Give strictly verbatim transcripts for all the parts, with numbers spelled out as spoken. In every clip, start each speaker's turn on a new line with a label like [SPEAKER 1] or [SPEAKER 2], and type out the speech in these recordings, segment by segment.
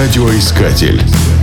[SPEAKER 1] Радиоискатель.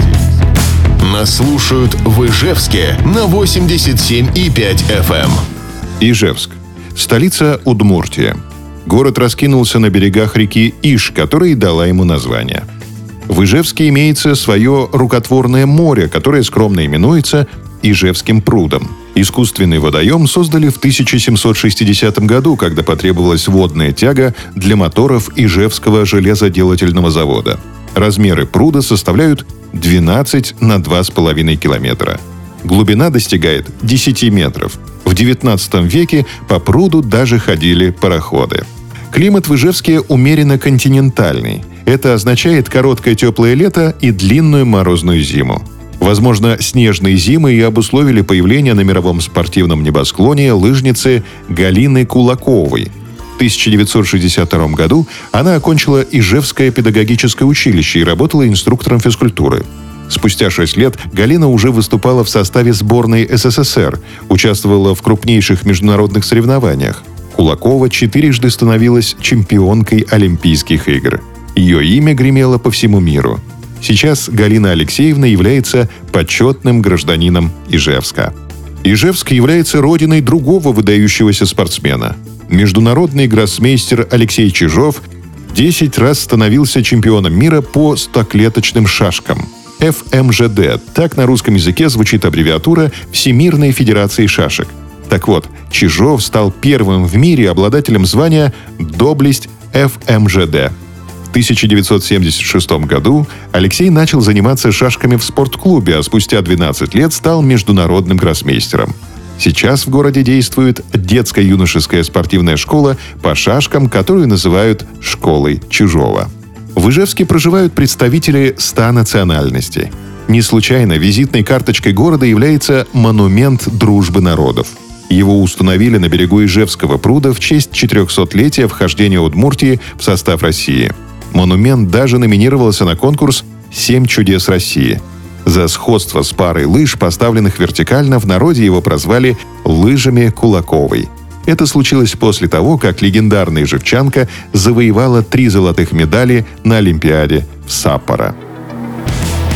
[SPEAKER 1] Нас слушают в Ижевске на восемьдесят семь и пять эф эм.
[SPEAKER 2] Ижевск. Столица Удмуртии. Город раскинулся на берегах реки Иш, которая и дала ему название. В Ижевске имеется свое рукотворное море, которое скромно именуется Ижевским прудом. Искусственный водоем создали в тысяча семьсот шестидесятом году, когда потребовалась водная тяга для моторов Ижевского железоделательного завода. Размеры пруда составляют двенадцать на два с половиной километра. Глубина достигает десять метров. В девятнадцатом веке по пруду даже ходили пароходы. Климат в Ижевске умеренно континентальный. Это означает короткое теплое лето и длинную морозную зиму. Возможно, снежные зимы и обусловили появление на мировом спортивном небосклоне лыжницы Галины Кулаковой. В тысяча девятьсот шестьдесят втором году она окончила Ижевское педагогическое училище и работала инструктором физкультуры. Спустя шесть лет Галина уже выступала в составе сборной эс эс эс эр, участвовала в крупнейших международных соревнованиях. Кулакова четырежды становилась чемпионкой Олимпийских игр. Ее имя гремело по всему миру. Сейчас Галина Алексеевна является почетным гражданином Ижевска. Ижевск является родиной другого выдающегося спортсмена. Международный гроссмейстер Алексей Чижов десять раз становился чемпионом мира по стоклеточным шашкам. эф эм жэ дэ – так на русском языке звучит аббревиатура Всемирной Федерации шашек. Так вот, Чижов стал первым в мире обладателем звания «Доблесть эф эм жэ дэ». В тысяча девятьсот семьдесят шестом году Алексей начал заниматься шашками в спортклубе, а спустя двенадцать лет стал международным гроссмейстером. Сейчас в городе действует детско-юношеская спортивная школа по шашкам, которую называют «Школой Чижова». В Ижевске проживают представители ста национальностей. Не случайно визитной карточкой города является монумент дружбы народов. Его установили на берегу Ижевского пруда в честь четырехсотлетия вхождения Удмуртии в состав России. Монумент даже номинировался на конкурс «Семь чудес России». За сходство с парой лыж, поставленных вертикально, в народе его прозвали «лыжами Кулаковой». Это случилось после того, как легендарная ижевчанка завоевала три золотых медали на Олимпиаде в Саппоро.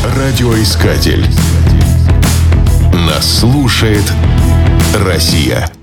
[SPEAKER 1] Радиоискатель. Нас слушает Россия.